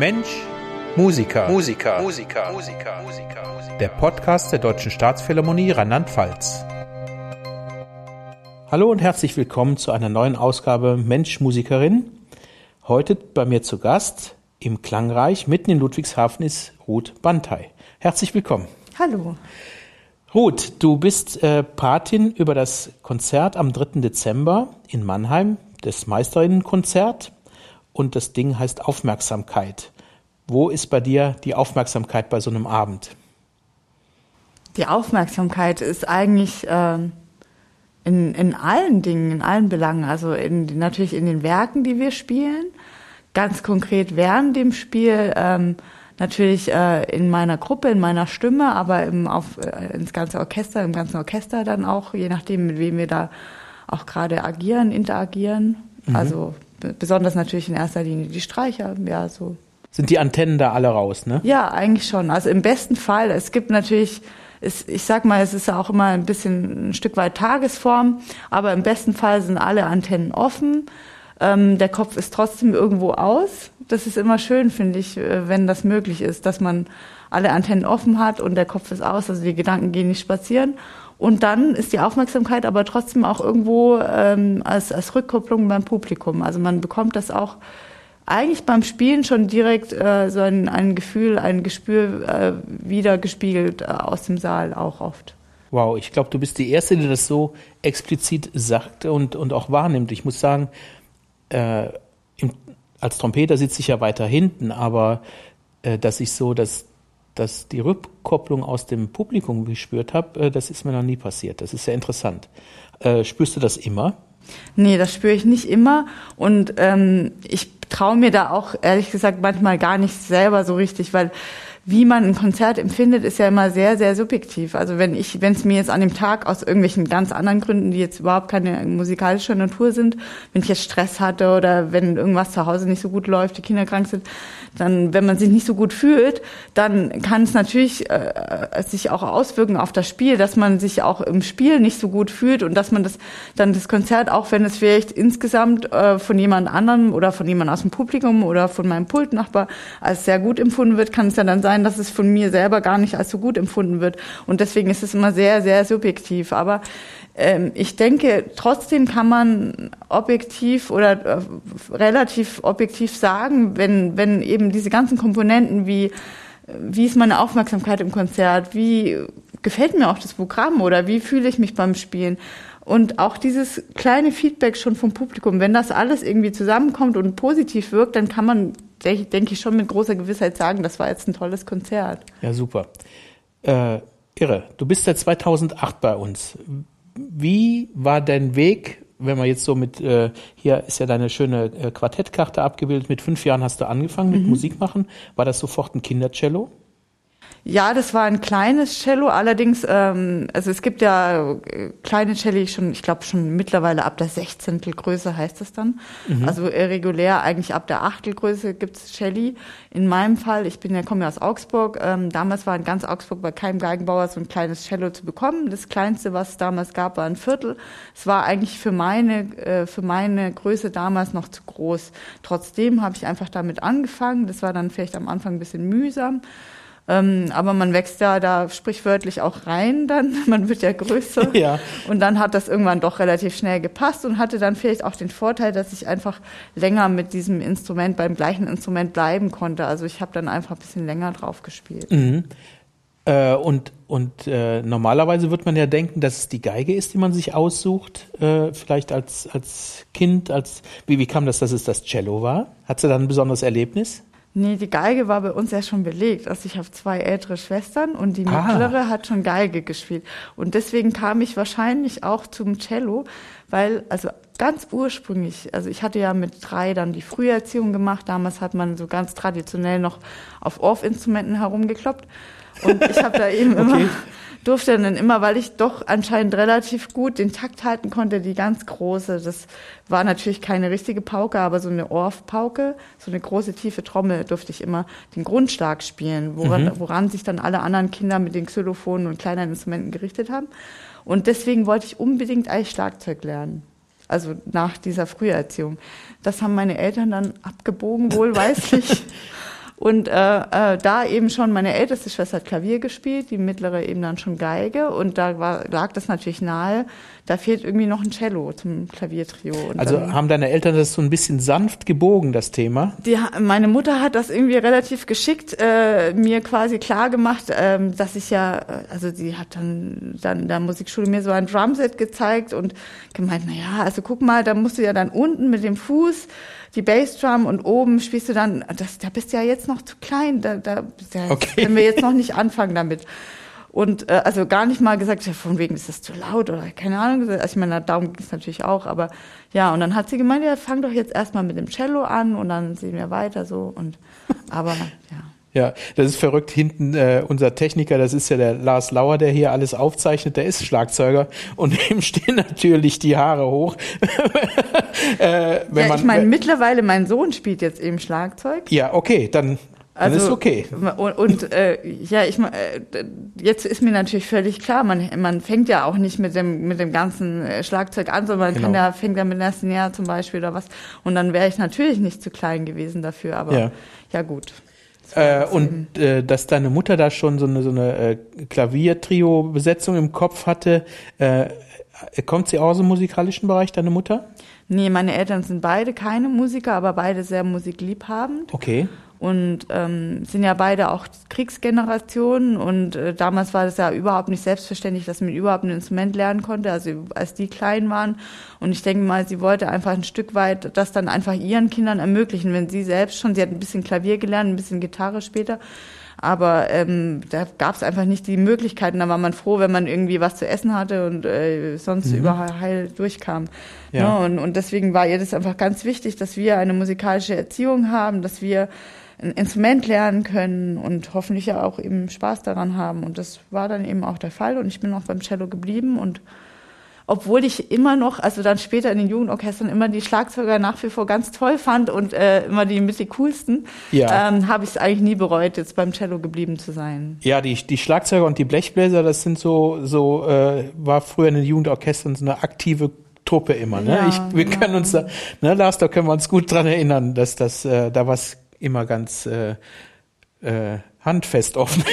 Mensch, Musiker. Der Podcast der Deutschen Staatsphilharmonie Rheinland-Pfalz. Hallo und herzlich willkommen zu einer neuen Ausgabe Mensch, Musikerin. Heute bei mir zu Gast im Klangreich mitten in Ludwigshafen ist Ruth Bantey. Herzlich willkommen. Hallo. Ruth, du bist Patin über das Konzert am 3. Dezember in Mannheim, das Meisterinnenkonzert, und das Ding heißt Aufmerksamkeit. Wo ist bei dir die Aufmerksamkeit bei so einem Abend? Die Aufmerksamkeit ist eigentlich in allen Dingen, in allen Belangen, also natürlich in den Werken, die wir spielen, ganz konkret während dem Spiel, natürlich in meiner Gruppe, in meiner Stimme, aber ins ganze Orchester, im ganzen Orchester dann auch, je nachdem, mit wem wir da auch gerade interagieren. Mhm. Also besonders natürlich in erster Linie die Streicher, ja, so. Sind die Antennen da alle raus, ne? Ja, eigentlich schon. Also im besten Fall, es gibt natürlich, ich sag mal, es ist ja auch immer ein Stück weit Tagesform, aber im besten Fall sind alle Antennen offen. Der Kopf ist trotzdem irgendwo aus. Das ist immer schön, finde ich, wenn das möglich ist, dass man alle Antennen offen hat und der Kopf ist aus, also die Gedanken gehen nicht spazieren. Und dann ist die Aufmerksamkeit aber trotzdem auch irgendwo als Rückkopplung beim Publikum. Also man bekommt das auch eigentlich beim Spielen schon direkt so ein Gefühl, ein Gespür wiedergespiegelt aus dem Saal auch oft. Wow, ich glaube, du bist die Erste, die das so explizit sagt und auch wahrnimmt. Ich muss sagen, als Trompeter sitze ich ja weiter hinten, aber dass die Rückkopplung aus dem Publikum gespürt habe, das ist mir noch nie passiert. Das ist sehr interessant. Spürst du das immer? Nee, das spüre ich nicht immer und ich traue mir da auch ehrlich gesagt manchmal gar nicht selber so richtig, weil wie man ein Konzert empfindet, ist ja immer sehr, sehr subjektiv. Also wenn es mir jetzt an dem Tag aus irgendwelchen ganz anderen Gründen, die jetzt überhaupt keine musikalische Natur sind, wenn ich jetzt Stress hatte oder wenn irgendwas zu Hause nicht so gut läuft, die Kinder krank sind, dann, wenn man sich nicht so gut fühlt, dann kann es natürlich sich auch auswirken auf das Spiel, dass man sich auch im Spiel nicht so gut fühlt und dass man das Konzert, auch wenn es vielleicht insgesamt von jemand anderem oder von jemand aus dem Publikum oder von meinem Pultnachbar als sehr gut empfunden wird, kann es ja dann sein, dass es von mir selber gar nicht als so gut empfunden wird. Und deswegen ist es immer sehr, sehr subjektiv. Aber ich denke, trotzdem kann man objektiv oder relativ objektiv sagen, wenn eben diese ganzen Komponenten wie ist meine Aufmerksamkeit im Konzert, wie gefällt mir auch das Programm oder wie fühle ich mich beim Spielen. Und auch dieses kleine Feedback schon vom Publikum, wenn das alles irgendwie zusammenkommt und positiv wirkt, dann kann man, denke ich, schon mit großer Gewissheit sagen, das war jetzt ein tolles Konzert. Ja, super. Irre. Du bist seit 2008 bei uns. Wie war dein Weg, wenn man jetzt so hier ist ja deine schöne Quartettkarte abgebildet, mit 5 Jahren hast du angefangen mit Musik machen. War das sofort ein Kindercello? Ja, das war ein kleines Cello, allerdings, also es gibt ja kleine Celli ich glaube schon mittlerweile ab der 16. Größe heißt das dann. Mhm. Also regulär eigentlich ab der 8. Größe gibt's Celli. In meinem Fall, komme ja aus Augsburg, damals war in ganz Augsburg bei keinem Geigenbauer so ein kleines Cello zu bekommen. Das kleinste, was es damals gab, war ein Viertel. Es war eigentlich für meine Größe damals noch zu groß. Trotzdem habe ich einfach damit angefangen. Das war dann vielleicht am Anfang ein bisschen mühsam. Aber man wächst ja da sprichwörtlich auch rein dann, man wird ja größer. Ja. Und dann hat das irgendwann doch relativ schnell gepasst und hatte dann vielleicht auch den Vorteil, dass ich einfach länger mit diesem Instrument, beim gleichen Instrument bleiben konnte. Also ich habe dann einfach ein bisschen länger drauf gespielt. Mhm. Und normalerweise wird man ja denken, dass es die Geige ist, die man sich aussucht, vielleicht als Kind. Wie kam das, dass es das Cello war? Hattest du da ein besonderes Erlebnis? Nee, die Geige war bei uns ja schon belegt. Also ich habe 2 ältere Schwestern und die mittlere hat schon Geige gespielt. Und deswegen kam ich wahrscheinlich auch zum Cello, weil, also ganz ursprünglich, also ich hatte ja mit 3 dann die Früherziehung gemacht. Damals hat man so ganz traditionell noch auf Orff-Instrumenten herumgekloppt. Und ich habe da eben durfte dann immer, weil ich doch anscheinend relativ gut den Takt halten konnte, die ganz große, das war natürlich keine richtige Pauke, aber so eine Orff-Pauke, so eine große tiefe Trommel durfte ich immer den Grundschlag spielen, woran sich dann alle anderen Kinder mit den Xylophonen und kleineren Instrumenten gerichtet haben. Und deswegen wollte ich unbedingt eigentlich Schlagzeug lernen. Also nach dieser Früherziehung. Das haben meine Eltern dann abgebogen, wohlweislich. Und da eben schon, meine älteste Schwester hat Klavier gespielt, die mittlere eben dann schon Geige. Und da lag das natürlich nahe, da fehlt irgendwie noch ein Cello zum Klaviertrio. Und also dann, haben deine Eltern das so ein bisschen sanft gebogen, das Thema? meine Mutter hat das irgendwie relativ geschickt mir quasi klar gemacht, dass ich ja, also sie hat dann in der Musikschule mir so ein Drumset gezeigt und gemeint, naja, also guck mal, da musst du ja dann unten mit dem Fuß die Bassdrum und oben spielst du dann, da bist du ja jetzt noch zu klein, Okay. können wir jetzt noch nicht anfangen damit. Und also gar nicht mal gesagt, ja, von wegen ist das zu laut oder keine Ahnung. Also ich meine, darum ging es natürlich auch, aber ja, und dann hat sie gemeint, ja, fang doch jetzt erstmal mit dem Cello an und dann sehen wir weiter so und aber ja. Ja, das ist verrückt. Hinten unser Techniker, das ist ja der Lars Lauer, der hier alles aufzeichnet, der ist Schlagzeuger und ihm stehen natürlich die Haare hoch. Ich meine, mittlerweile mein Sohn spielt jetzt eben Schlagzeug. Ja, okay, dann ist okay. Jetzt ist mir natürlich völlig klar, man fängt ja auch nicht mit dem ganzen Schlagzeug an, sondern man fängt ja mit einer Snare zum Beispiel oder was. Und dann wäre ich natürlich nicht zu klein gewesen dafür, aber ja gut. Dass deine Mutter da schon so eine Klaviertrio-Besetzung im Kopf hatte, kommt sie auch aus dem musikalischen Bereich, deine Mutter? Nee, meine Eltern sind beide keine Musiker, aber beide sehr musikliebhabend. Okay. Und sind ja beide auch Kriegsgenerationen und damals war das ja überhaupt nicht selbstverständlich, dass man überhaupt ein Instrument lernen konnte, also als die klein waren. Und ich denke mal, sie wollte einfach ein Stück weit das dann einfach ihren Kindern ermöglichen, wenn sie selbst schon, sie hat ein bisschen Klavier gelernt, ein bisschen Gitarre später, aber da gab es einfach nicht die Möglichkeiten. Da war man froh, wenn man irgendwie was zu essen hatte und sonst überall durchkam. Ja. Ne? Und deswegen war ihr das einfach ganz wichtig, dass wir eine musikalische Erziehung haben, dass wir ein Instrument lernen können und hoffentlich ja auch eben Spaß daran haben. Und das war dann eben auch der Fall. Und ich bin auch beim Cello geblieben. Und obwohl ich immer noch, also dann später in den Jugendorchestern immer die Schlagzeuger nach wie vor ganz toll fand und immer die mit die coolsten, habe ich es eigentlich nie bereut, jetzt beim Cello geblieben zu sein. Ja, die Schlagzeuger und die Blechbläser, das sind war früher in den Jugendorchestern so eine aktive Truppe immer. Ne? Ja, wir können uns da, ne, Lars, da können wir uns gut dran erinnern, dass das da was immer ganz handfest offen.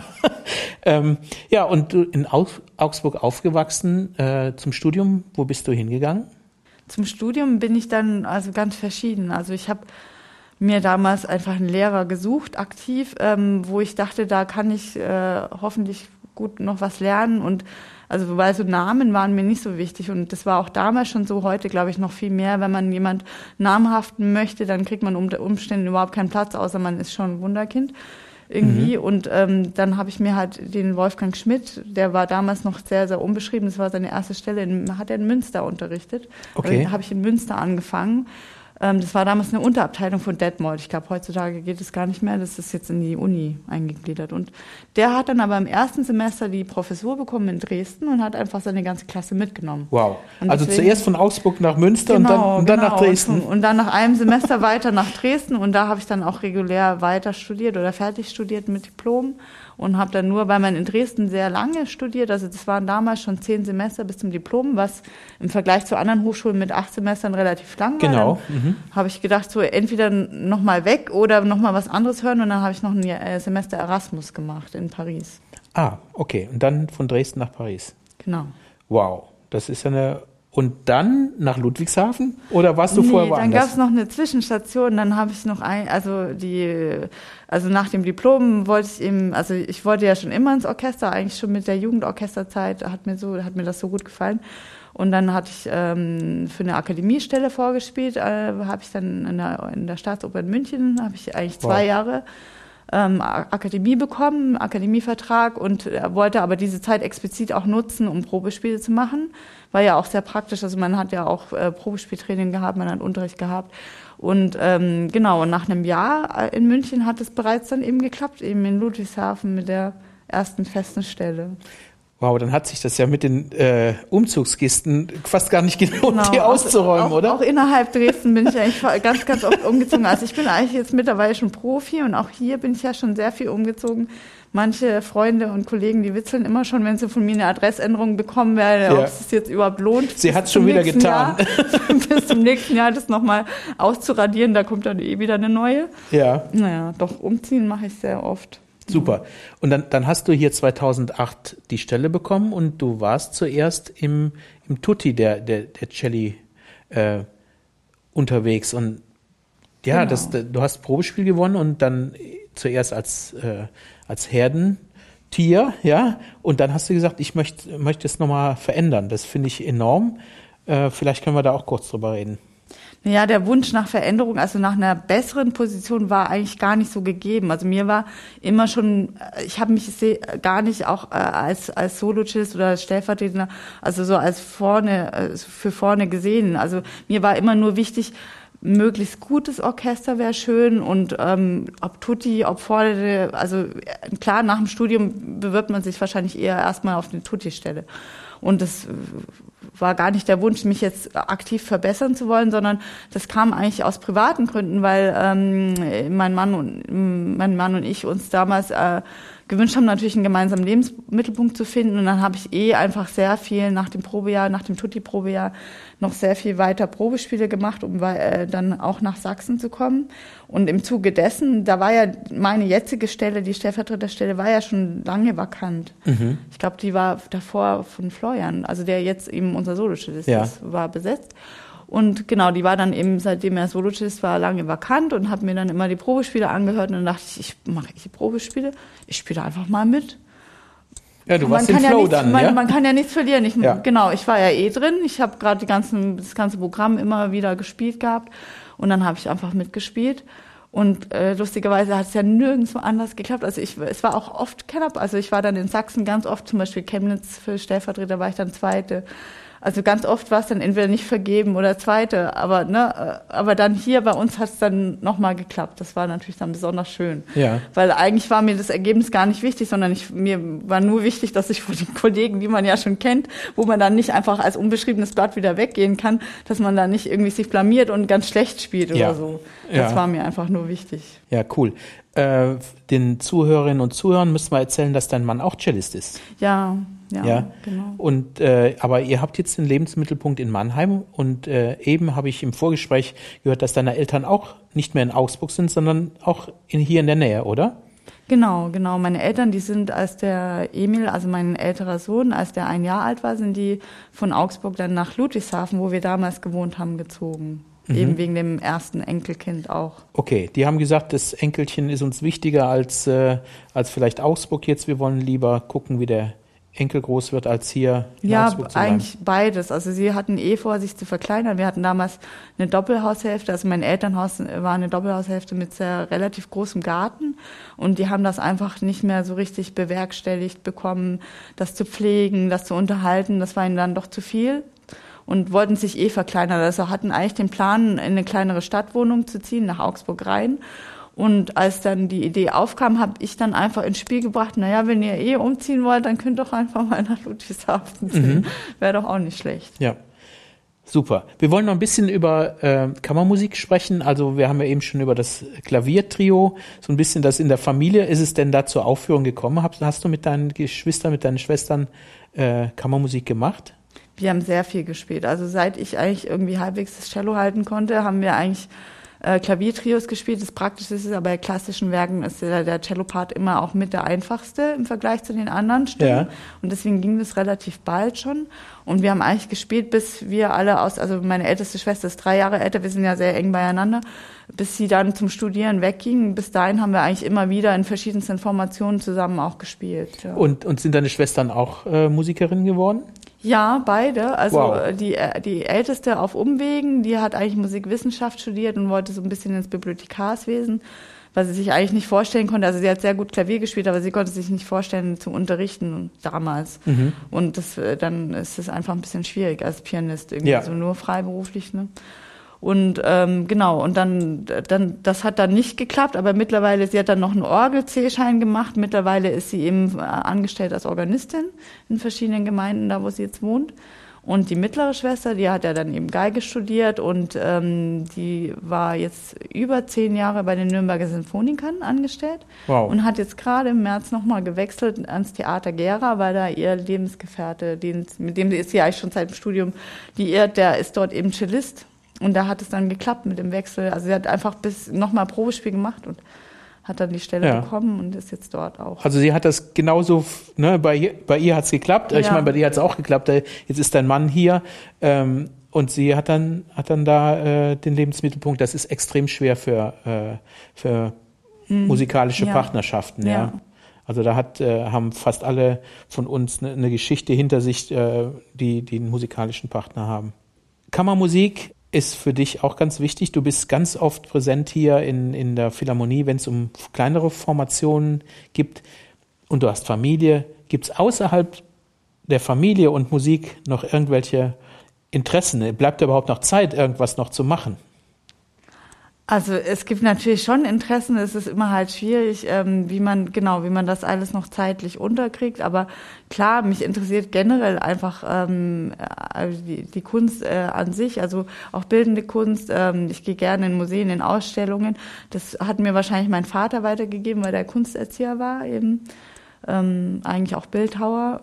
Und du in Augsburg aufgewachsen, zum Studium, wo bist du hingegangen? Zum Studium bin ich dann also ganz verschieden. Also ich habe mir damals einfach einen Lehrer gesucht, aktiv, wo ich dachte, da kann ich hoffentlich gut noch was lernen und also weil so Namen waren mir nicht so wichtig und das war auch damals schon so, heute glaube ich noch viel mehr, wenn man jemand namhaften möchte, dann kriegt man unter Umständen überhaupt keinen Platz, außer man ist schon ein Wunderkind irgendwie und dann habe ich mir halt den Wolfgang Schmidt, der war damals noch sehr, sehr unbeschrieben, das war seine erste Stelle, hat er in Münster unterrichtet, okay. Da habe ich in Münster angefangen. Das war damals eine Unterabteilung von Detmold. Ich glaube, heutzutage geht es gar nicht mehr. Das ist jetzt in die Uni eingegliedert. Und der hat dann aber im ersten Semester die Professur bekommen in Dresden und hat einfach seine ganze Klasse mitgenommen. Wow. Und also deswegen, zuerst von Augsburg nach Münster und dann nach Dresden. Und dann nach einem Semester weiter nach Dresden. Und da habe ich dann auch regulär weiter studiert oder fertig studiert mit Diplom. Und habe dann nur, weil man in Dresden sehr lange studiert, also das waren damals schon 10 Semester bis zum Diplom, was im Vergleich zu anderen Hochschulen mit 8 Semestern relativ lang war. Genau. Habe ich gedacht, so entweder nochmal weg oder nochmal was anderes hören. Und dann habe ich noch ein Semester Erasmus gemacht in Paris. Ah, okay. Und dann von Dresden nach Paris. Genau. Wow, das ist ja Und dann nach Ludwigshafen? Oder warst du vorher woanders? Dann gab es noch eine Zwischenstation. Dann habe ich noch also nach dem Diplom wollte ich eben, also ich wollte ja schon immer ins Orchester, eigentlich schon mit der Jugendorchesterzeit hat mir das so gut gefallen. Und dann hatte ich für eine Akademiestelle vorgespielt, habe ich dann in der Staatsoper in München, habe ich eigentlich 2 Jahre Akademie bekommen, Akademievertrag und wollte aber diese Zeit explizit auch nutzen, um Probespiele zu machen. War ja auch sehr praktisch, also man hat ja auch Probespieltraining gehabt, man hat Unterricht gehabt. Und genau, und nach einem Jahr in München hat es bereits dann eben geklappt, eben in Ludwigshafen mit der ersten festen Stelle. Wow, dann hat sich das ja mit den Umzugskisten fast gar nicht gelohnt, die auszuräumen, oder? Auch innerhalb Dresden bin ich eigentlich ganz, ganz oft umgezogen. Also ich bin eigentlich jetzt mittlerweile schon Profi und auch hier bin ich ja schon sehr viel umgezogen. Manche Freunde und Kollegen, die witzeln immer schon, wenn sie von mir eine Adressänderung bekommen werden, ob es sich jetzt überhaupt lohnt. Sie hat es schon wieder getan. Bis zum nächsten Jahr das nochmal auszuradieren, da kommt dann wieder eine neue. Ja. Naja, doch umziehen mache ich sehr oft. Super. Und dann hast du hier 2008 die Stelle bekommen und du warst zuerst im Tutti der Celli unterwegs. Und ja, Genau. du hast Probespiel gewonnen und dann zuerst als Herdentier, ja. Und dann hast du gesagt, ich möchte es nochmal verändern. Das finde ich enorm. Vielleicht können wir da auch kurz drüber reden. Ja, der Wunsch nach Veränderung, also nach einer besseren Position war eigentlich gar nicht so gegeben. Also mir war immer schon, ich habe mich gar nicht auch als Solo-Cellist oder als Stellvertreter, also so als für vorne gesehen. Also mir war immer nur wichtig, möglichst gutes Orchester wäre schön und ob Tutti, ob Vordere, also klar, nach dem Studium bewirbt man sich wahrscheinlich eher erstmal auf eine Tutti-Stelle. Und das war gar nicht der Wunsch, mich jetzt aktiv verbessern zu wollen, sondern das kam eigentlich aus privaten Gründen, weil mein Mann und ich uns damals gewünscht haben, natürlich einen gemeinsamen Lebensmittelpunkt zu finden. Und dann habe ich einfach sehr viel nach dem Tutti-Probejahr noch sehr viel weiter Probespiele gemacht, um dann auch nach Sachsen zu kommen. Und im Zuge dessen, da war ja meine jetzige Stelle, die Stellvertreterstelle, war ja schon lange vakant. Mhm. Ich glaube, die war davor von Florian, also der jetzt eben unser Solo-Cellist ist, war besetzt. Und genau, die war dann eben, seitdem er Solo-Cellist war, lange vakant und habe mir dann immer die Probespiele angehört. Und dann dachte ich mache die Probespiele, ich spiele einfach mal mit. Ja, du warst im Flow dann, ja? Man kann ja nichts verlieren. Genau, ich war ja drin. Ich habe gerade das ganze Programm immer wieder gespielt gehabt. Und dann habe ich einfach mitgespielt. Und lustigerweise hat es ja nirgendwo anders geklappt. Also es war auch oft knapp. Also ich war dann in Sachsen ganz oft, zum Beispiel Chemnitz für Stellvertreter war ich dann Zweite. Also ganz oft war es dann entweder nicht vergeben oder Zweite, aber dann hier bei uns hat es dann nochmal geklappt. Das war natürlich dann besonders schön. Ja. Weil eigentlich war mir das Ergebnis gar nicht wichtig, sondern mir war nur wichtig, dass ich vor den Kollegen, die man ja schon kennt, wo man dann nicht einfach als unbeschriebenes Blatt wieder weggehen kann, dass man da nicht irgendwie sich blamiert und ganz schlecht spielt oder so. Das war mir einfach nur wichtig. Ja, cool. Den Zuhörerinnen und Zuhörern müssen wir erzählen, dass dein Mann auch Cellist ist. Ja, genau. Und aber ihr habt jetzt den Lebensmittelpunkt in Mannheim und eben habe ich im Vorgespräch gehört, dass deine Eltern auch nicht mehr in Augsburg sind, sondern auch hier in der Nähe, oder? Genau. Meine Eltern, die sind, als der Emil, also mein älterer Sohn, als der 1 Jahr alt war, sind die von Augsburg dann nach Ludwigshafen, wo wir damals gewohnt haben, gezogen. Mhm. Eben wegen dem ersten Enkelkind auch. Okay, die haben gesagt, das Enkelchen ist uns wichtiger als vielleicht Augsburg jetzt. Wir wollen lieber gucken, wie der Enkel groß wird, als hier in Augsburg zu bleiben. Ja, eigentlich beides. Also sie hatten vor, sich zu verkleinern. Wir hatten damals eine Doppelhaushälfte. Also mein Elternhaus war eine Doppelhaushälfte mit sehr relativ großem Garten. Und die haben das einfach nicht mehr so richtig bewerkstelligt bekommen, das zu pflegen, das zu unterhalten. Das war ihnen dann doch zu viel. Und wollten sich verkleinern. Also hatten eigentlich den Plan, in eine kleinere Stadtwohnung zu ziehen, nach Augsburg rein. Und als dann die Idee aufkam, habe ich dann einfach ins Spiel gebracht, wenn ihr umziehen wollt, dann könnt ihr doch einfach mal nach Ludwigshafen ziehen. Mhm. Wäre doch auch nicht schlecht. Ja, super. Wir wollen noch ein bisschen über Kammermusik sprechen. Also wir haben ja eben schon über das Klaviertrio, so ein bisschen das in der Familie. Ist es denn da zur Aufführung gekommen? Hast du mit deinen Geschwistern, mit deinen Schwestern Kammermusik gemacht? Wir haben sehr viel gespielt. Also seit ich eigentlich irgendwie halbwegs das Cello halten konnte, haben wir eigentlich Klaviertrios gespielt. Das Praktische ist aber bei klassischen Werken ist der Cello-Part immer auch mit der einfachste im Vergleich zu den anderen Stimmen. Ja. Und deswegen ging das relativ bald schon. Und wir haben eigentlich gespielt, bis wir alle also meine älteste Schwester ist 3 Jahre älter, wir sind ja sehr eng beieinander, bis sie dann zum Studieren wegging. Bis dahin haben wir eigentlich immer wieder in verschiedensten Formationen zusammen auch gespielt. Ja. Und sind deine Schwestern auch Musikerinnen geworden? Ja, beide. Also wow. Die Älteste auf Umwegen, die hat eigentlich Musikwissenschaft studiert und wollte so ein bisschen ins Bibliothekarswesen, weil sie sich eigentlich nicht vorstellen konnte. Also sie hat sehr gut Klavier gespielt, aber sie konnte sich nicht vorstellen zu unterrichten damals. Mhm. Und dann ist es einfach ein bisschen schwierig als Pianist, irgendwie so nur freiberuflich. Ne? Und genau, und dann das hat dann nicht geklappt, aber mittlerweile, sie hat dann noch einen Orgel-C-Schein gemacht. Mittlerweile ist sie eben angestellt als Organistin in verschiedenen Gemeinden, da wo sie jetzt wohnt. Und die mittlere Schwester, die hat ja dann eben Geige studiert und die war jetzt über 10 Jahre bei den Nürnberger Sinfonikern angestellt. Wow. Und hat jetzt gerade im März nochmal gewechselt ans Theater Gera, weil da ihr Lebensgefährte, mit dem ist sie eigentlich schon seit dem Studium liiert, der ist dort eben Cellist. Und da hat es dann geklappt mit dem Wechsel. Also sie hat einfach bis nochmal Probespiel gemacht und hat dann die Stelle bekommen und ist jetzt dort auch. Also sie hat das genauso, ne, bei ihr hat es geklappt. Ich meine, bei dir hat es auch geklappt. Jetzt ist dein Mann hier und sie hat dann da den Lebensmittelpunkt. Das ist extrem schwer für musikalische Partnerschaften. Ja. Also da haben fast alle von uns eine Geschichte hinter sich, die einen musikalischen Partner haben. Kammermusik ist für dich auch ganz wichtig. Du bist ganz oft präsent hier in der Philharmonie, wenn es um kleinere Formationen gibt und du hast Familie. Gibt es außerhalb der Familie und Musik noch irgendwelche Interessen? Bleibt dir überhaupt noch Zeit, irgendwas noch zu machen? Also es gibt natürlich schon Interessen, es ist immer halt schwierig, wie man das alles noch zeitlich unterkriegt, aber klar, mich interessiert generell einfach die Kunst an sich, also auch bildende Kunst. Ich gehe gerne in Museen, in Ausstellungen. Das hat mir wahrscheinlich mein Vater weitergegeben, weil der Kunsterzieher war, eben eigentlich auch Bildhauer.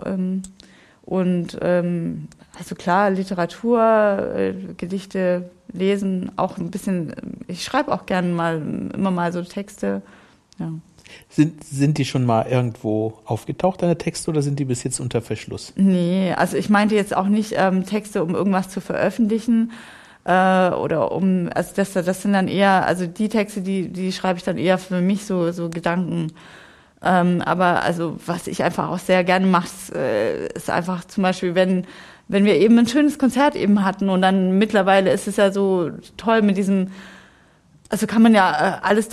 Also klar, Literatur, Gedichte lesen, auch ein bisschen, ich schreibe auch gerne immer mal so Texte. Ja. Sind die schon mal irgendwo aufgetaucht, deine Texte, oder sind die bis jetzt unter Verschluss? Nee, also ich meinte jetzt auch nicht Texte, um irgendwas zu veröffentlichen, oder also das sind dann eher, also die Texte, die schreibe ich dann eher für mich, so Gedanken. Aber also was ich einfach auch sehr gerne mache, ist einfach zum Beispiel, wenn wir eben ein schönes Konzert eben hatten und dann mittlerweile ist es ja so toll mit diesem, also kann man ja alles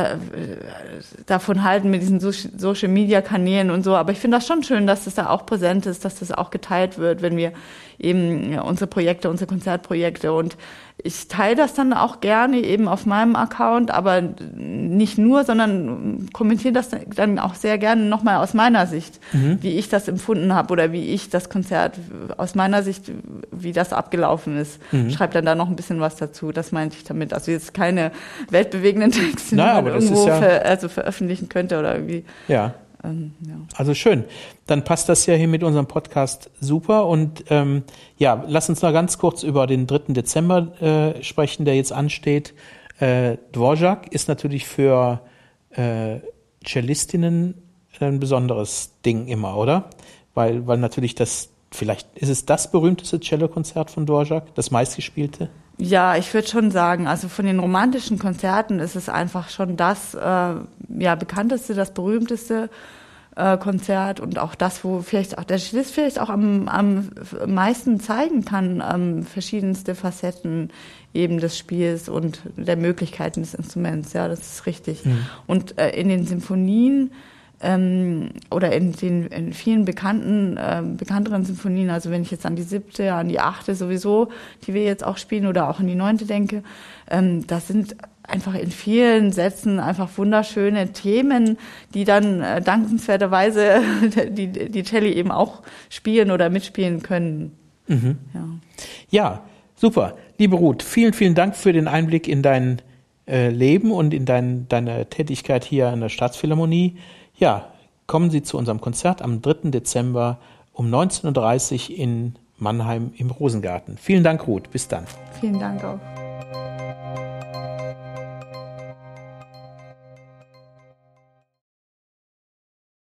davon halten mit diesen Social-Media-Kanälen und so, aber ich finde das schon schön, dass das da auch präsent ist, dass das auch geteilt wird, wenn wir eben unsere Konzertprojekte, und ich teile das dann auch gerne eben auf meinem Account, aber nicht nur, sondern kommentiere das dann auch sehr gerne nochmal aus meiner Sicht, wie ich das empfunden habe oder wie ich das Konzert aus meiner Sicht, wie das abgelaufen ist. Schreibe dann da noch ein bisschen was dazu, das meinte ich damit. Also jetzt keine weltbewegenden Texte, die man irgendwo veröffentlichen könnte oder irgendwie. Ja. Also schön. Dann passt das ja hier mit unserem Podcast super. Und lass uns noch ganz kurz über den 3. Dezember sprechen, der jetzt ansteht. Dvorak ist natürlich für Cellistinnen ein besonderes Ding immer, oder? Weil natürlich vielleicht ist es das berühmteste Cellokonzert von Dvorak, das meistgespielte? Ja, ich würde schon sagen, also von den romantischen Konzerten ist es einfach schon das bekannteste, das berühmteste Konzert und auch das, wo vielleicht auch der Cellist vielleicht auch am meisten zeigen kann, verschiedenste Facetten eben des Spiels und der Möglichkeiten des Instruments. Ja, das ist richtig. Und in den Symphonien oder in vielen bekannteren Symphonien, also wenn ich jetzt an die 7., an die 8. sowieso, die wir jetzt auch spielen, oder auch an die 9. denke, das sind einfach in vielen Sätzen einfach wunderschöne Themen, die dann dankenswerterweise die Celli eben auch spielen oder mitspielen können. Ja, super. Liebe Ruth, vielen, vielen Dank für den Einblick in dein Leben und in deine Tätigkeit hier an der Staatsphilharmonie. Ja, kommen Sie zu unserem Konzert am 3. Dezember um 19:30 Uhr in Mannheim im Rosengarten. Vielen Dank, Ruth. Bis dann. Vielen Dank auch.